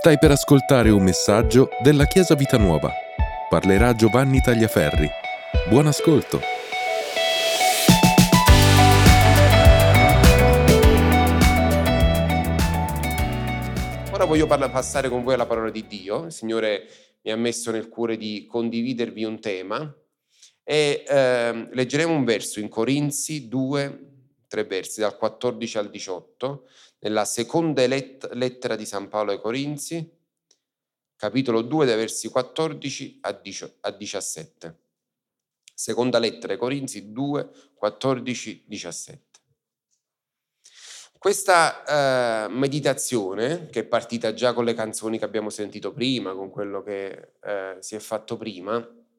Stai per ascoltare un messaggio della Chiesa Vita Nuova. Parlerà Giovanni Tagliaferri. Buon ascolto. Ora voglio passare con voi alla parola di Dio. Il Signore mi ha messo nel cuore di condividervi un tema e leggeremo un verso in Corinzi 2, 3 versi, dal 14 al 18, nella seconda lettera di San Paolo ai Corinzi, capitolo 2, dai versi 14 a 17. Seconda lettera ai Corinzi 2, 14, 17. Questa meditazione, che è partita già con le canzoni che abbiamo sentito prima, con quello che si è fatto prima,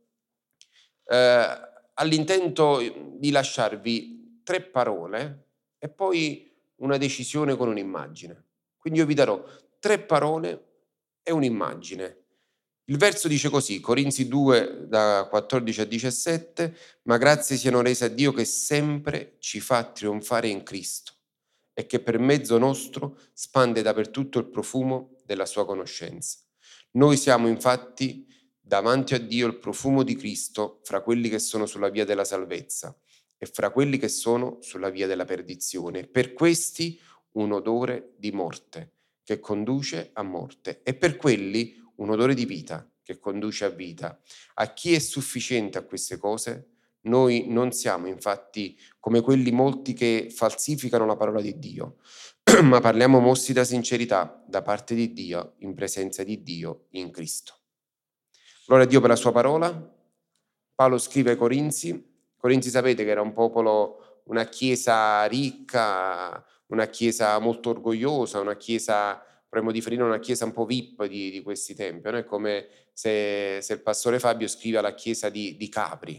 ha l'intento di lasciarvi 3 parole e poi una decisione con un'immagine. Quindi io vi darò 3 parole e un'immagine. Il verso dice così, Corinzi 2, da 14 a 17, ma grazie siano rese a Dio che sempre ci fa trionfare in Cristo e che per mezzo nostro spande dappertutto il profumo della sua conoscenza. Noi siamo infatti davanti a Dio il profumo di Cristo fra quelli che sono sulla via della salvezza e fra quelli che sono sulla via della perdizione. Per questi un odore di morte che conduce a morte e per quelli un odore di vita che conduce a vita. A chi è sufficiente a queste cose? Noi non siamo infatti come quelli molti che falsificano la parola di Dio, ma parliamo mossi da sincerità da parte di Dio, in presenza di Dio in Cristo. Gloria a Dio per la sua parola. Paolo scrive ai Corinzi. Corinzi sapete che era un popolo, una chiesa ricca, una chiesa molto orgogliosa, una chiesa, potremmo definire una chiesa un po' VIP di questi tempi. Non è come se il pastore Fabio scrive alla chiesa di Capri.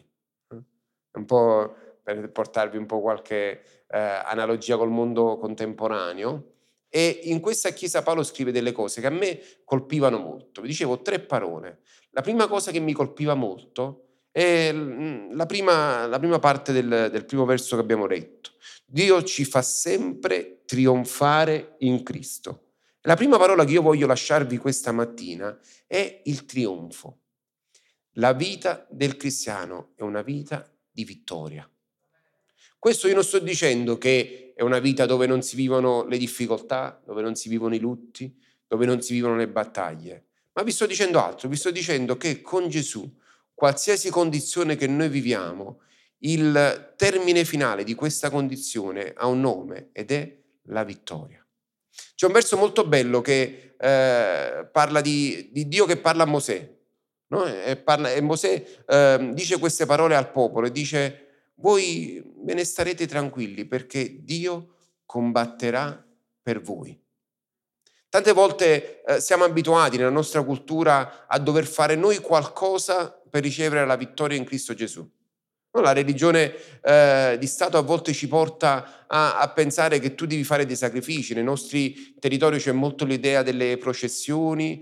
Un po' per portarvi un po' qualche analogia col mondo contemporaneo. E in questa chiesa Paolo scrive delle cose che a me colpivano molto. Vi dicevo 3 parole. La prima cosa che mi colpiva molto è la prima parte del primo verso che abbiamo letto. Dio ci fa sempre trionfare in Cristo. La prima parola che io voglio lasciarvi questa mattina è il trionfo. La vita del cristiano è una vita di vittoria. Questo io non sto dicendo che è una vita dove non si vivono le difficoltà, dove non si vivono i lutti, dove non si vivono le battaglie, ma vi sto dicendo altro, vi sto dicendo che con Gesù, qualsiasi condizione che noi viviamo, il termine finale di questa condizione ha un nome ed è la vittoria. C'è un verso molto bello che parla di Dio che parla a Mosè, no? E Mosè dice queste parole al popolo e dice: voi ve ne starete tranquilli perché Dio combatterà per voi. Tante volte siamo abituati nella nostra cultura a dover fare noi qualcosa per ricevere la vittoria in Cristo Gesù. No, la religione di Stato a volte ci porta a pensare che tu devi fare dei sacrifici. Nei nostri territori c'è molto l'idea delle processioni,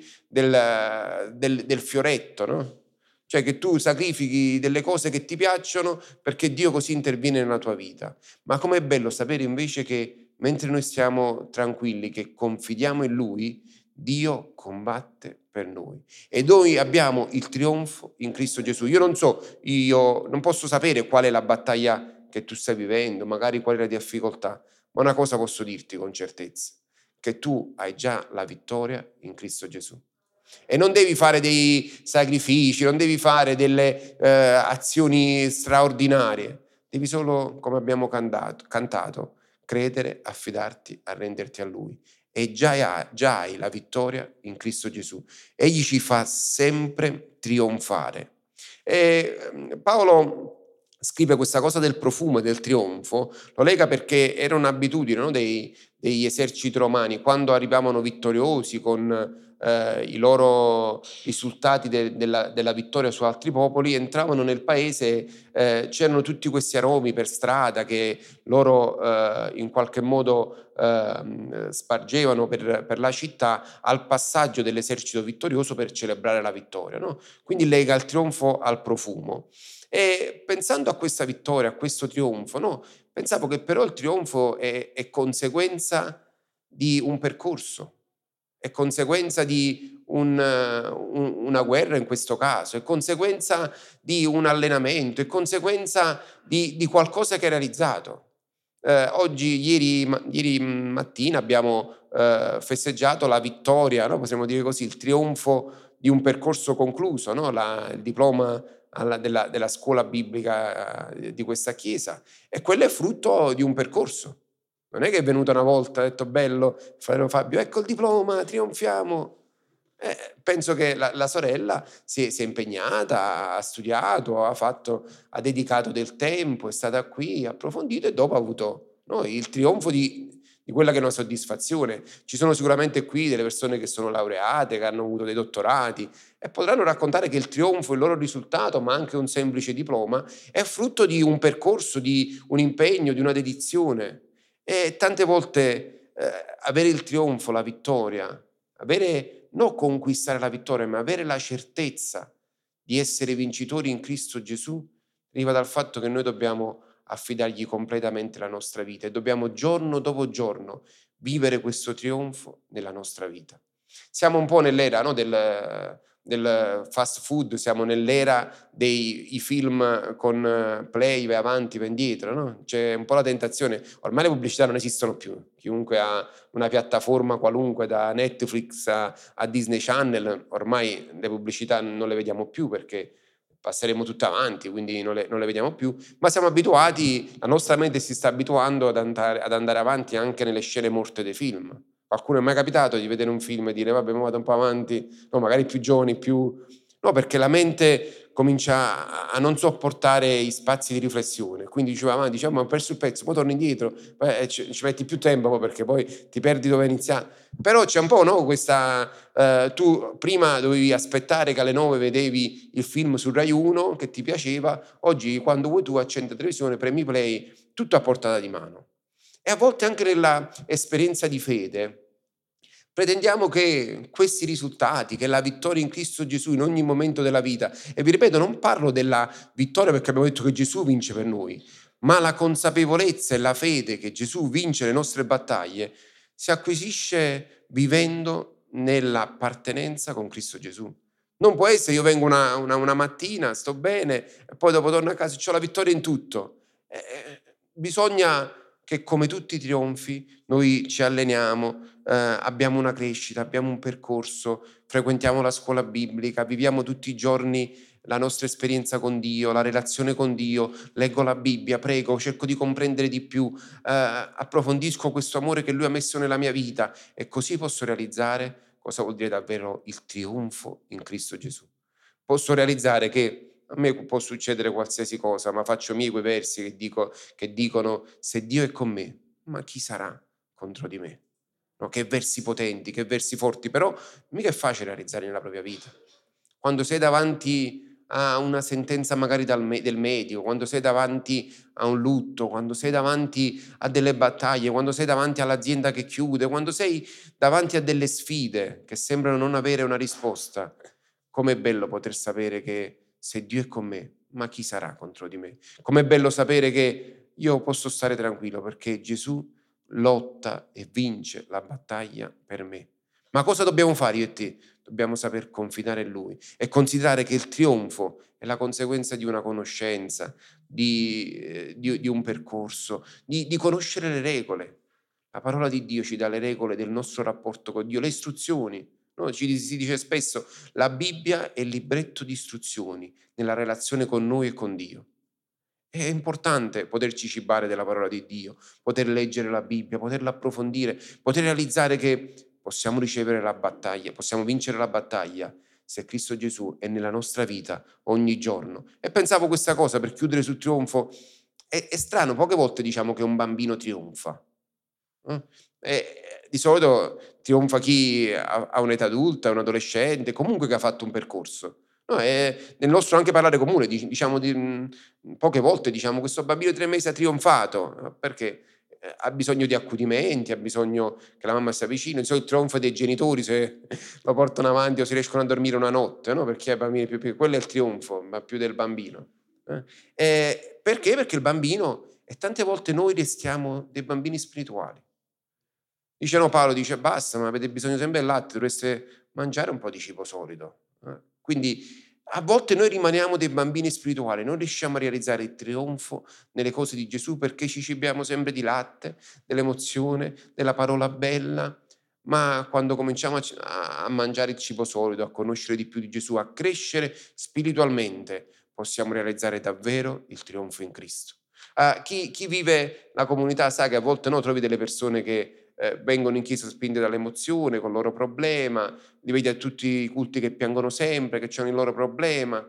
del fioretto, no? Cioè che tu sacrifichi delle cose che ti piacciono perché Dio così interviene nella tua vita. Ma com'è bello sapere invece che mentre noi stiamo tranquilli, che confidiamo in Lui, Dio combatte per noi. E noi abbiamo il trionfo in Cristo Gesù. Io non posso sapere qual è la battaglia che tu stai vivendo, magari qual è la difficoltà, ma una cosa posso dirti con certezza, che tu hai già la vittoria in Cristo Gesù. E non devi fare dei sacrifici, non devi fare delle azioni straordinarie, devi solo, come abbiamo cantato, credere, affidarti, arrenderti a Lui. E già hai la vittoria in Cristo Gesù. Egli ci fa sempre trionfare. E Paolo scrive questa cosa del profumo e del trionfo, lo lega perché era un'abitudine, no, degli eserciti romani, quando arrivavano vittoriosi con i loro risultati della vittoria su altri popoli, entravano nel paese, c'erano tutti questi aromi per strada che loro in qualche modo spargevano per la città al passaggio dell'esercito vittorioso per celebrare la vittoria, no? Quindi lega il trionfo al profumo. E pensando a questa vittoria, a questo trionfo, no? Pensavo che però il trionfo è conseguenza di un percorso, è conseguenza di una guerra in questo caso, è conseguenza di un allenamento, è conseguenza di qualcosa che hai realizzato. Ieri mattina abbiamo festeggiato la vittoria, no? Possiamo dire così, il trionfo di un percorso concluso, no? Il diploma della scuola biblica di questa chiesa, e quello è frutto di un percorso. Non è che è venuta una volta, ha detto bello, fratello Fabio, ecco il diploma, trionfiamo. Penso che la sorella si è impegnata, ha studiato, ha dedicato del tempo, è stata qui, ha approfondito e dopo ha avuto, no, il trionfo di quella che è una soddisfazione. Ci sono sicuramente qui delle persone che sono laureate, che hanno avuto dei dottorati e potranno raccontare che il trionfo, il loro risultato, ma anche un semplice diploma, è frutto di un percorso, di un impegno, di una dedizione. E tante volte avere il trionfo, la vittoria, non conquistare la vittoria, ma avere la certezza di essere vincitori in Cristo Gesù, deriva dal fatto che noi dobbiamo affidargli completamente la nostra vita e dobbiamo giorno dopo giorno vivere questo trionfo nella nostra vita. Siamo un po' nell'era, no, del fast food, siamo nell'era dei film con play, vai avanti, vai indietro, no? C'è un po' la tentazione, ormai le pubblicità non esistono più, chiunque ha una piattaforma qualunque, da Netflix a Disney Channel, ormai le pubblicità non le vediamo più perché passeremo tutte avanti, quindi non le vediamo più, ma siamo abituati, la nostra mente si sta abituando ad andare avanti anche nelle scene morte dei film. Qualcuno è mai capitato di vedere un film e dire vabbè, ma vado un po' avanti, no, magari più giovani, no, perché la mente comincia a non sopportare i spazi di riflessione, quindi diceva avanti, diciamo, ho perso il pezzo, poi torno indietro, ci metti più tempo perché poi ti perdi dove iniziare. Però c'è un po', no, questa tu prima dovevi aspettare che alle 9 vedevi il film su Rai 1 che ti piaceva, oggi quando vuoi tu accendi la televisione, premi play, tutto a portata di mano. E a volte anche nella esperienza di fede pretendiamo che questi risultati, che la vittoria in Cristo Gesù in ogni momento della vita, e vi ripeto, non parlo della vittoria perché abbiamo detto che Gesù vince per noi, ma la consapevolezza e la fede che Gesù vince le nostre battaglie si acquisisce vivendo nell'appartenenza con Cristo Gesù. Non può essere io vengo una mattina, sto bene, e poi dopo torno a casa e ho la vittoria in tutto. Bisogna che come tutti i trionfi noi ci alleniamo, abbiamo una crescita, abbiamo un percorso, frequentiamo la scuola biblica, viviamo tutti i giorni la nostra esperienza con Dio, la relazione con Dio, leggo la Bibbia, prego, cerco di comprendere di più, approfondisco questo amore che Lui ha messo nella mia vita e così posso realizzare cosa vuol dire davvero il trionfo in Cristo Gesù. Posso realizzare che a me può succedere qualsiasi cosa, ma faccio miei quei versi che dicono se Dio è con me, ma chi sarà contro di me? No, che versi potenti, che versi forti, però mica è facile realizzare nella propria vita. Quando sei davanti a una sentenza magari del medico, quando sei davanti a un lutto, quando sei davanti a delle battaglie, quando sei davanti all'azienda che chiude, quando sei davanti a delle sfide che sembrano non avere una risposta, com'è bello poter sapere che se Dio è con me, ma chi sarà contro di me? Com'è bello sapere che io posso stare tranquillo perché Gesù lotta e vince la battaglia per me. Ma cosa dobbiamo fare io e te? Dobbiamo saper confidare in Lui e considerare che il trionfo è la conseguenza di una conoscenza, di un percorso, di conoscere le regole. La parola di Dio ci dà le regole del nostro rapporto con Dio, le istruzioni. No? Si dice spesso la Bibbia è il libretto di istruzioni nella relazione con noi e con Dio. È importante poterci cibare della parola di Dio, poter leggere la Bibbia, poterla approfondire, poter realizzare che possiamo ricevere la battaglia, possiamo vincere la battaglia se Cristo Gesù è nella nostra vita ogni giorno. E pensavo questa cosa per chiudere sul trionfo. È strano, poche volte diciamo che un bambino trionfa. Di solito trionfa chi ha un'età adulta, è un adolescente, comunque che ha fatto un percorso. No, nel nostro anche parlare comune, diciamo poche volte diciamo questo bambino di 3 mesi ha trionfato, perché ha bisogno di accudimenti, ha bisogno che la mamma stia vicino, di solito il trionfo dei genitori se lo portano avanti o si riescono a dormire una notte, no? Perché ai bambini più piccoli, quello è il trionfo, ma più del bambino. Perché? Perché il bambino, e tante volte noi restiamo dei bambini spirituali. Dice no, Paolo dice basta, ma avete bisogno sempre del latte, dovreste mangiare un po' di cibo solido. Quindi a volte noi rimaniamo dei bambini spirituali, non riusciamo a realizzare il trionfo nelle cose di Gesù perché ci cibiamo sempre di latte, dell'emozione, della parola bella, ma quando cominciamo a mangiare il cibo solido, a conoscere di più di Gesù, a crescere spiritualmente, possiamo realizzare davvero il trionfo in Cristo. Chi vive la comunità sa che a volte no, trovi delle persone che vengono in chiesa spinte dall'emozione, con il loro problema, li vedi a tutti i culti che piangono sempre, che hanno il loro problema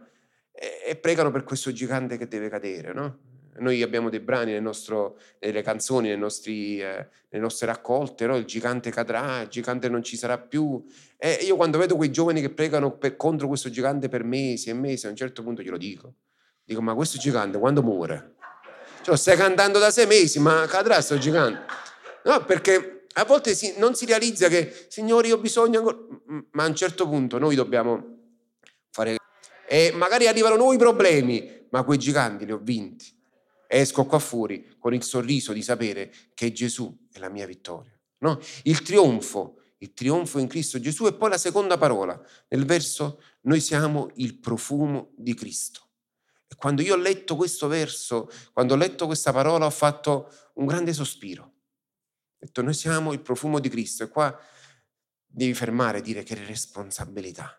e pregano per questo gigante che deve cadere, no? Noi abbiamo dei brani nelle canzoni, nelle nostre raccolte, no? Il gigante cadrà, il gigante non ci sarà più. E io quando vedo quei giovani che pregano contro questo gigante per mesi e mesi, a un certo punto glielo dico, ma questo gigante quando muore? Cioè, lo stai cantando da 6 mesi, ma cadrà sto gigante? No, perché a volte non si realizza che, Signore, io ho bisogno ancora, ma a un certo punto noi dobbiamo fare, e magari arrivano nuovi problemi, ma quei giganti li ho vinti. E esco qua fuori con il sorriso di sapere che Gesù è la mia vittoria. No? Il trionfo in Cristo Gesù. E poi la seconda parola, nel verso, noi siamo il profumo di Cristo. E quando io ho letto questo verso, quando ho letto questa parola, ho fatto un grande sospiro. Ho detto, noi siamo il profumo di Cristo. E qua devi fermare e dire che responsabilità.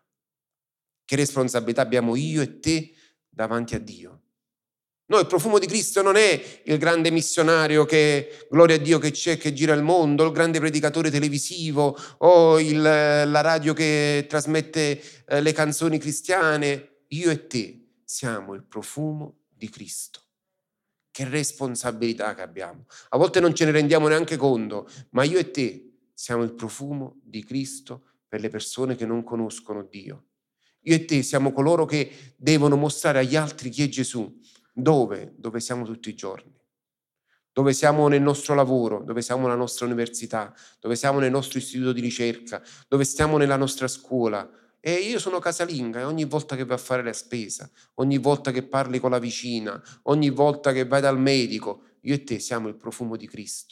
Che responsabilità abbiamo io e te davanti a Dio. No, il profumo di Cristo non è il grande missionario che, gloria a Dio, che c'è, che gira il mondo, il grande predicatore televisivo o la radio che trasmette le canzoni cristiane. Io e te siamo il profumo di Cristo. Che responsabilità che abbiamo. A volte non ce ne rendiamo neanche conto, ma io e te siamo il profumo di Cristo per le persone che non conoscono Dio. Io e te siamo coloro che devono mostrare agli altri chi è Gesù. Dove? Dove siamo tutti i giorni. Dove siamo nel nostro lavoro, dove siamo nella nostra università, dove siamo nel nostro istituto di ricerca, dove stiamo nella nostra scuola. E io sono casalinga e ogni volta che vai a fare la spesa, ogni volta che parli con la vicina, ogni volta che vai dal medico, io e te siamo il profumo di Cristo.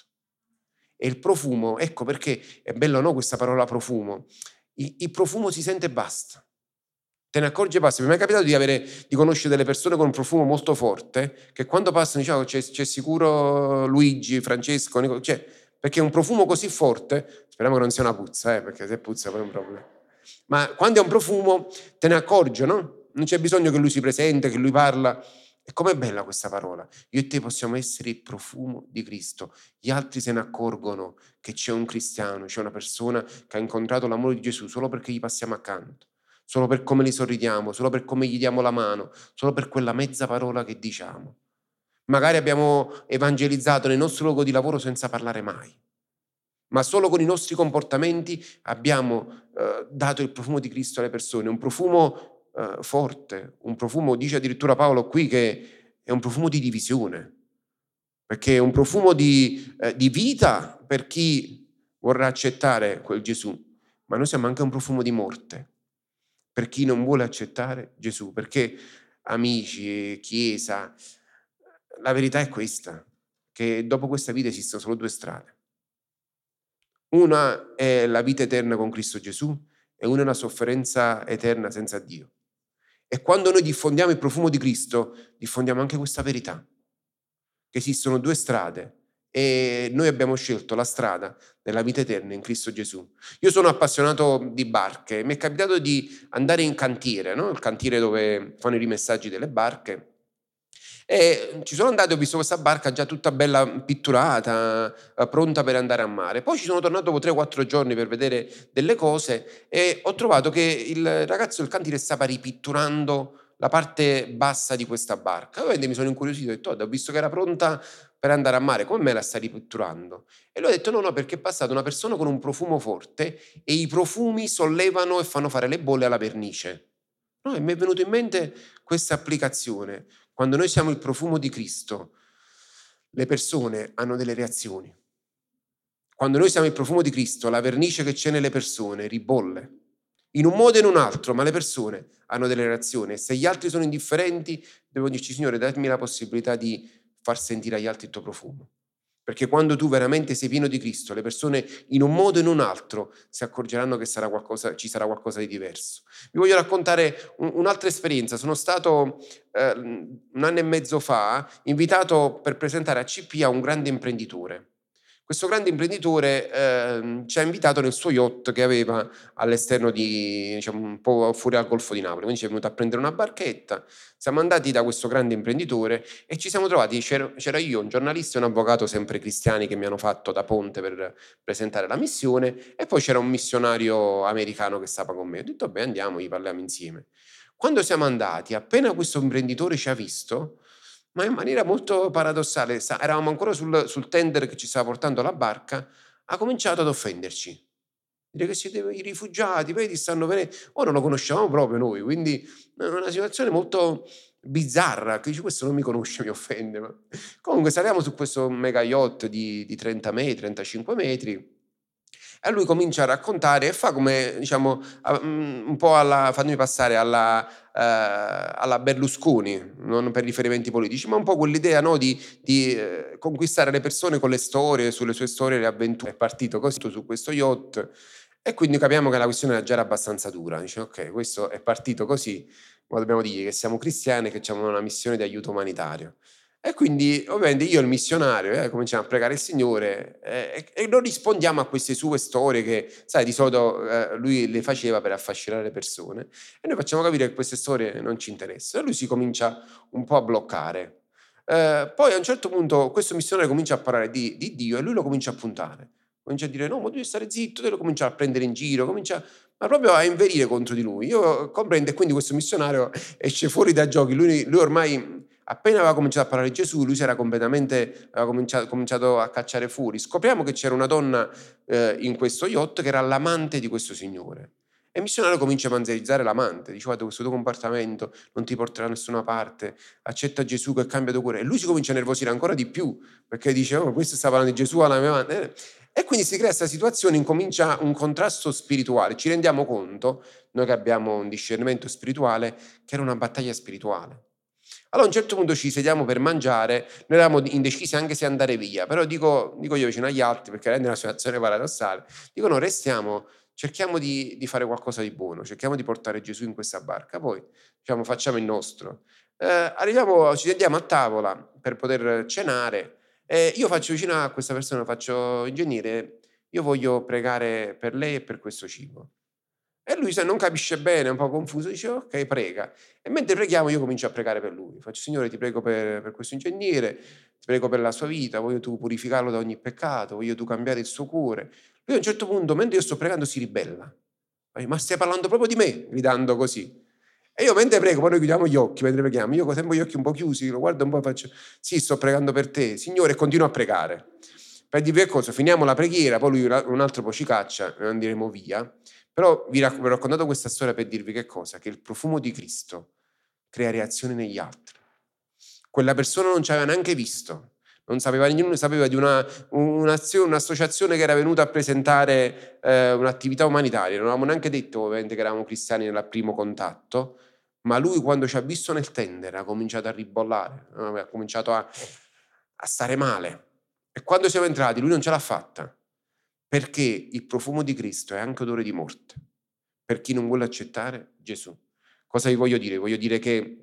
E il profumo, ecco perché è bello, no, questa parola profumo. Il profumo si sente e basta. Te ne accorgi e basta. Mi è mai capitato di conoscere delle persone con un profumo molto forte che quando passano diciamo c'è sicuro Luigi, Francesco, perché un profumo così forte, speriamo che non sia una puzza, perché se puzza poi è un problema. Ma quando è un profumo te ne accorgi, no? Non c'è bisogno che lui si presenti, che lui parla. E com'è bella questa parola. Io e te possiamo essere il profumo di Cristo. Gli altri se ne accorgono che c'è un cristiano, c'è una persona che ha incontrato l'amore di Gesù solo perché gli passiamo accanto. Solo per come gli sorridiamo, solo per come gli diamo la mano, solo per quella mezza parola che diciamo. Magari abbiamo evangelizzato nel nostro luogo di lavoro senza parlare mai, ma solo con i nostri comportamenti abbiamo dato il profumo di Cristo alle persone, un profumo forte, un profumo, dice addirittura Paolo qui, che è un profumo di divisione, perché è un profumo di vita per chi vorrà accettare quel Gesù, ma noi siamo anche un profumo di morte per chi non vuole accettare Gesù, perché amici, chiesa, la verità è questa, che dopo questa vita esistono solo 2 strade. Una è la vita eterna con Cristo Gesù e una è una sofferenza eterna senza Dio. E quando noi diffondiamo il profumo di Cristo, diffondiamo anche questa verità, che esistono 2 strade e noi abbiamo scelto la strada della vita eterna in Cristo Gesù. Io sono appassionato di barche, mi è capitato di andare in cantiere, no? Il cantiere dove fanno i rimessaggi delle barche. E ci sono andato e ho visto questa barca già tutta bella pitturata, pronta per andare a mare. Poi ci sono tornato dopo 3-4 giorni per vedere delle cose e ho trovato che il ragazzo del cantiere stava ripitturando la parte bassa di questa barca. Ovviamente mi sono incuriosito e ho detto, ho visto che era pronta per andare a mare, come me la sta ripitturando? E lui ha detto, no, perché è passata una persona con un profumo forte e i profumi sollevano e fanno fare le bolle alla vernice. No, e mi è venuto in mente questa applicazione. Quando noi siamo il profumo di Cristo, le persone hanno delle reazioni. Quando noi siamo il profumo di Cristo, la vernice che c'è nelle persone ribolle. In un modo e in un altro, ma le persone hanno delle reazioni. E se gli altri sono indifferenti, devo dirci, Signore, datemi la possibilità di far sentire agli altri il tuo profumo. Perché quando tu veramente sei pieno di Cristo, le persone in un modo o in un altro si accorgeranno che ci sarà qualcosa di diverso. Vi voglio raccontare un'altra esperienza. Sono stato 1 anno e mezzo fa invitato per presentare a CPA un grande imprenditore. Questo grande imprenditore ci ha invitato nel suo yacht che aveva all'esterno diciamo, un po' fuori al Golfo di Napoli. Quindi ci è venuto a prendere una barchetta, siamo andati da questo grande imprenditore e ci siamo trovati, c'era io, un giornalista e un avvocato sempre cristiani che mi hanno fatto da ponte per presentare la missione, e poi c'era un missionario americano che stava con me. Ho detto, beh, andiamo, gli parliamo insieme. Quando siamo andati, appena questo imprenditore ci ha visto, ma in maniera molto paradossale, eravamo ancora sul tender che ci stava portando la barca, ha cominciato ad offenderci. Dire che siete i rifugiati, vedi, stanno non lo conoscevamo proprio noi, quindi è una situazione molto bizzarra, che dici: "Questo non mi conosce, mi offende", ma comunque saliamo su questo mega yacht di 30 metri, 35 metri, e lui comincia a raccontare e fa come diciamo un po' fammi passare alla Berlusconi, non per riferimenti politici, ma un po' quell'idea, no, di conquistare le persone con le storie, sulle sue storie, le avventure. È partito così su questo yacht e quindi capiamo che la questione già era abbastanza dura. Dice: "Okay, questo è partito così, ma dobbiamo dirgli che siamo cristiani e che c'abbiamo una missione di aiuto umanitario". E quindi ovviamente io e il missionario, cominciamo a pregare il Signore, e non rispondiamo a queste sue storie che, sai, di solito, lui le faceva per affascinare le persone, e noi facciamo capire che queste storie non ci interessano, e lui si comincia un po' a bloccare. Poi a un certo punto questo missionario comincia a parlare di Dio e lui lo comincia a puntare. Comincia a dire: "No, ma tu devi stare zitto", te lo comincia a prendere in giro, comincia ma proprio a inveire contro di lui. Io comprendo, e quindi questo missionario esce fuori dai giochi. Lui ormai appena aveva cominciato a parlare di Gesù, lui si era completamente aveva cominciato a cacciare fuori. Scopriamo che c'era una donna, in questo yacht, che era l'amante di questo signore. E il missionario comincia a evangelizzare l'amante, dice: "Guarda, questo tuo comportamento non ti porterà da nessuna parte, accetta Gesù che cambia tuo cuore". E lui si comincia a nervosire ancora di più, perché dice: "Oh, questo sta parlando di Gesù alla mia amante". E quindi si crea 'sta situazione, incomincia un contrasto spirituale. Ci rendiamo conto, noi che abbiamo un discernimento spirituale, che era una battaglia spirituale. Allora a un certo punto ci sediamo per mangiare, noi eravamo indecisi anche se andare via, però dico io vicino agli altri, perché rende una situazione paradossale, dico: "No, restiamo, cerchiamo di fare qualcosa di buono, cerchiamo di portare Gesù in questa barca, poi diciamo facciamo il nostro". Ci sediamo a tavola per poter cenare, e io faccio vicino a questa persona, faccio: "Ingegnere, io voglio pregare per lei e per questo cibo". E lui, sai, non capisce bene, è un po' confuso, dice: "Okay, prega". E mentre preghiamo io comincio a pregare per lui. Faccio: "Signore, ti prego per questo ingegnere, ti prego per la sua vita, voglio tu purificarlo da ogni peccato, voglio tu cambiare il suo cuore". Lui a un certo punto, mentre io sto pregando, si ribella. "Ma stai parlando proprio di me?" Gridando così. E io mentre prego, poi noi chiudiamo gli occhi mentre preghiamo, io co sempre gli occhi un po' chiusi, lo guardo un po' e faccio: "Sì, sto pregando per te, Signore", e continuo a pregare. Per dirvi che cosa, finiamo la preghiera, poi lui un altro po' ci caccia, e andremo via. Però vi ho raccontato questa storia per dirvi che cosa? Che il profumo di Cristo crea reazioni negli altri. Quella persona non ci aveva neanche visto, non sapeva, ognuno sapeva di un'associazione che era venuta a presentare, un'attività umanitaria. Non avevamo neanche detto ovviamente che eravamo cristiani nel primo contatto, ma lui quando ci ha visto nel tender ha cominciato a ribollare, ha cominciato a stare male. E quando siamo entrati lui non ce l'ha fatta, perché il profumo di Cristo è anche odore di morte, per chi non vuole accettare Gesù. Cosa vi voglio dire? Voglio dire che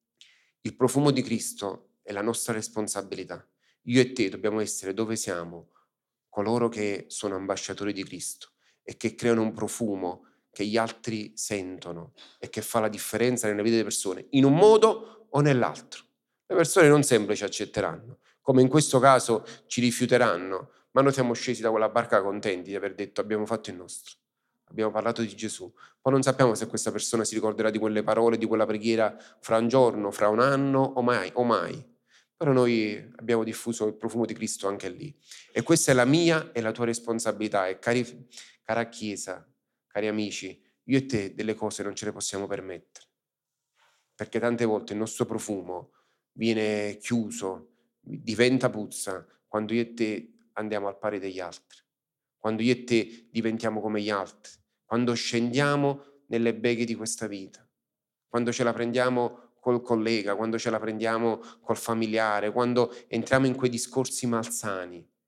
il profumo di Cristo è la nostra responsabilità. Io e te dobbiamo essere dove siamo, coloro che sono ambasciatori di Cristo e che creano un profumo che gli altri sentono e che fa la differenza nella vita delle persone, in un modo o nell'altro. Le persone non sempre ci accetteranno, come in questo caso ci rifiuteranno, ma noi siamo scesi da quella barca contenti di aver detto: "Abbiamo fatto il nostro, abbiamo parlato di Gesù". Poi non sappiamo se questa persona si ricorderà di quelle parole, di quella preghiera fra un giorno, fra un anno o mai. Però noi abbiamo diffuso il profumo di Cristo anche lì. E questa è la mia e la tua responsabilità. E cara Chiesa, cari amici, io e te delle cose non ce le possiamo permettere, perché tante volte il nostro profumo viene chiuso, diventa puzza, quando io e te andiamo al pari degli altri, quando io e te diventiamo come gli altri, quando scendiamo nelle beghe di questa vita, quando ce la prendiamo col collega, quando ce la prendiamo col familiare, quando entriamo in quei discorsi malsani.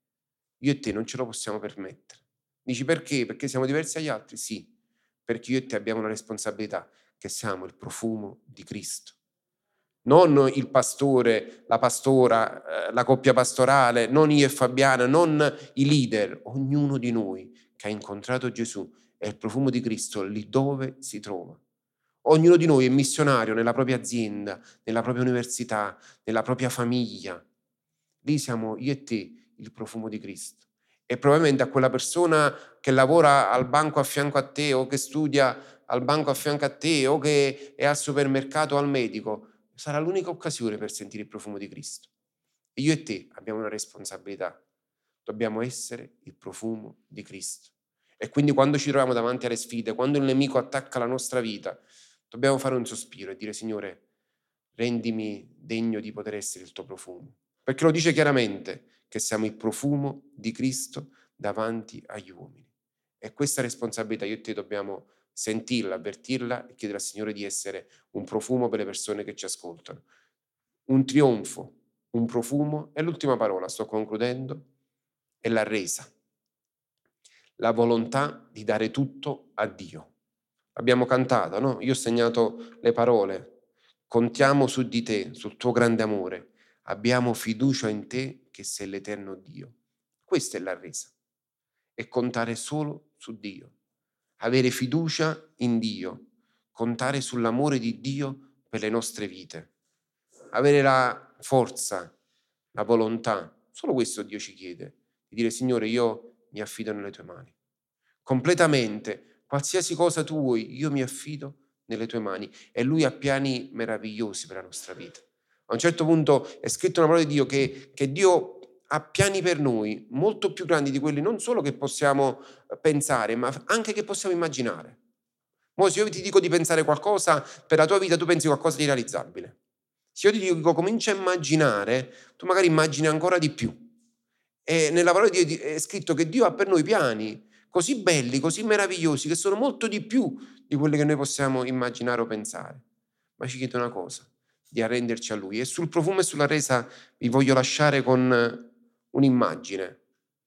Io e te non ce lo possiamo permettere. Dici perché? Perché siamo diversi dagli altri? Sì, perché io e te abbiamo una responsabilità, che siamo il profumo di Cristo. Non il pastore, la pastora, la coppia pastorale, non io e Fabiana, non i leader, ognuno di noi che ha incontrato Gesù è il profumo di Cristo lì dove si trova. Ognuno di noi è missionario nella propria azienda, nella propria università, nella propria famiglia. Lì siamo io e te il profumo di Cristo. E probabilmente a quella persona che lavora al banco a fianco a te o che studia al banco a fianco a te o che è al supermercato o al medico, sarà l'unica occasione per sentire il profumo di Cristo. E io e te abbiamo una responsabilità. Dobbiamo essere il profumo di Cristo. E quindi quando ci troviamo davanti alle sfide, quando il nemico attacca la nostra vita, dobbiamo fare un sospiro e dire: Signore, rendimi degno di poter essere il tuo profumo. Perché lo dice chiaramente che siamo il profumo di Cristo davanti agli uomini. E questa responsabilità io e te dobbiamo sentirla, avvertirla e chiedere al Signore di essere un profumo per le persone che ci ascoltano. Un trionfo, un profumo, e l'ultima parola, sto concludendo, è la resa. La volontà di dare tutto a Dio. Abbiamo cantato, no? Io ho segnato le parole. Contiamo su di te, sul tuo grande amore. Abbiamo fiducia in te che sei l'eterno Dio. Questa è la resa. È contare solo su Dio. Avere fiducia in Dio. Contare sull'amore di Dio per le nostre vite. Avere la forza, la volontà. Solo questo Dio ci chiede. Di dire: Signore, io mi affido nelle tue mani. Completamente, qualsiasi cosa tu vuoi, io mi affido nelle tue mani. E Lui ha piani meravigliosi per la nostra vita. A un certo punto è scritto nella parola di Dio che Dio ha piani per noi molto più grandi di quelli non solo che possiamo pensare, ma anche che possiamo immaginare. Mo se io ti dico di pensare qualcosa per la tua vita, tu pensi qualcosa di realizzabile. Se io ti dico comincia a immaginare, tu magari immagini ancora di più. E nella parola di Dio è scritto che Dio ha per noi piani così belli, così meravigliosi, che sono molto di più di quelli che noi possiamo immaginare o pensare. Ma ci chiede una cosa: di arrenderci a Lui. E sul profumo e sulla resa vi voglio lasciare con un'immagine.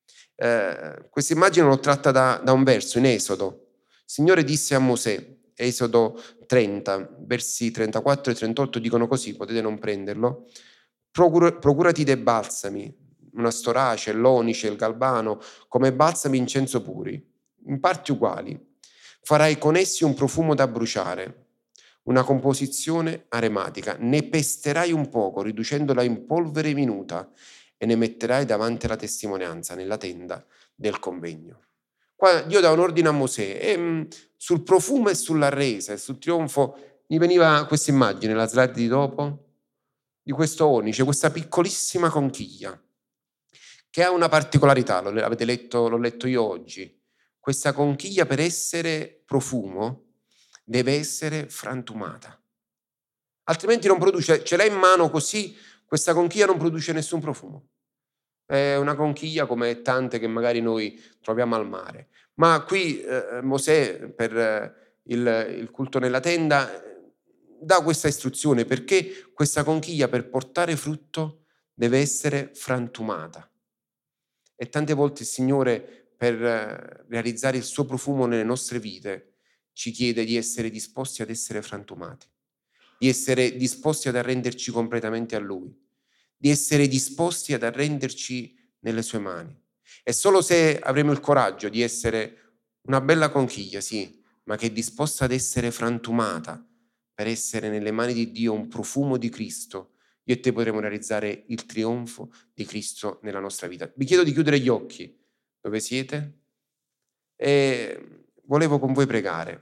Questa immagine l'ho tratta da un verso in Esodo. Il Signore disse a Mosè, Esodo 30, versi 34 e 38 dicono così, potete non prenderlo: procurati dei balsami, una storace, l'onice, il galbano, come balsami incenso puri, in parti uguali. Farai con essi un profumo da bruciare, una composizione aromatica. Ne pesterai un poco, riducendola in polvere minuta, e ne metterai davanti alla testimonianza, nella tenda del convegno. Qua Dio dà un ordine a Mosè e sul profumo e sulla resa e sul trionfo mi veniva questa immagine, la slide di dopo, di questo onice, questa piccolissima conchiglia, che ha una particolarità, l'avete letto, l'ho letto io oggi. Questa conchiglia, per essere profumo, deve essere frantumata. Altrimenti non produce, ce l'hai in mano così, questa conchiglia non produce nessun profumo. È una conchiglia come tante che magari noi troviamo al mare. Ma qui Mosè, per il culto nella tenda, dà questa istruzione, perché questa conchiglia, per portare frutto, deve essere frantumata. E tante volte il Signore, per realizzare il suo profumo nelle nostre vite, ci chiede di essere disposti ad essere frantumati, di essere disposti ad arrenderci completamente a Lui, di essere disposti ad arrenderci nelle sue mani. E solo se avremo il coraggio di essere una bella conchiglia, sì, ma che è disposta ad essere frantumata per essere nelle mani di Dio un profumo di Cristo, io e te potremo realizzare il trionfo di Cristo nella nostra vita. Vi chiedo di chiudere gli occhi dove siete e volevo con voi pregare.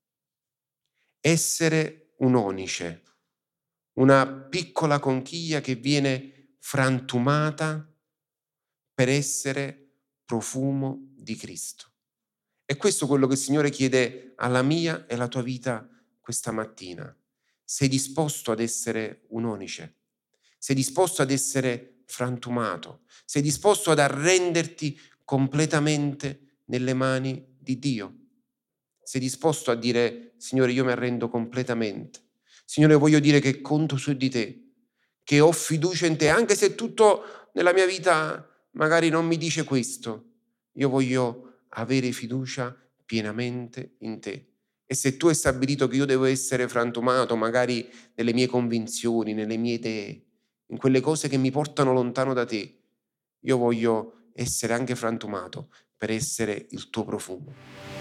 Essere un onice, una piccola conchiglia che viene frantumata per essere profumo di Cristo. E questo è quello che il Signore chiede alla mia e alla tua vita questa mattina. Sei disposto ad essere un onice? Sei disposto ad essere frantumato? Sei disposto ad arrenderti completamente nelle mani di Dio? Sei disposto a dire: Signore, io mi arrendo completamente. Signore, voglio dire che conto su di te, che ho fiducia in te, anche se tutto nella mia vita magari non mi dice questo. Io voglio avere fiducia pienamente in te. E se tu hai stabilito che io devo essere frantumato magari nelle mie convinzioni, nelle mie idee, in quelle cose che mi portano lontano da te, io voglio essere anche frantumato per essere il tuo profumo.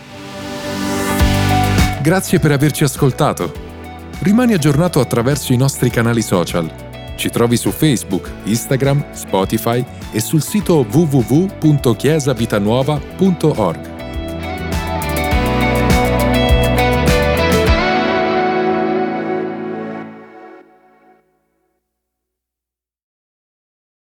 Grazie per averci ascoltato. Rimani aggiornato attraverso i nostri canali social. Ci trovi su Facebook, Instagram, Spotify e sul sito www.chiesavitanuova.org.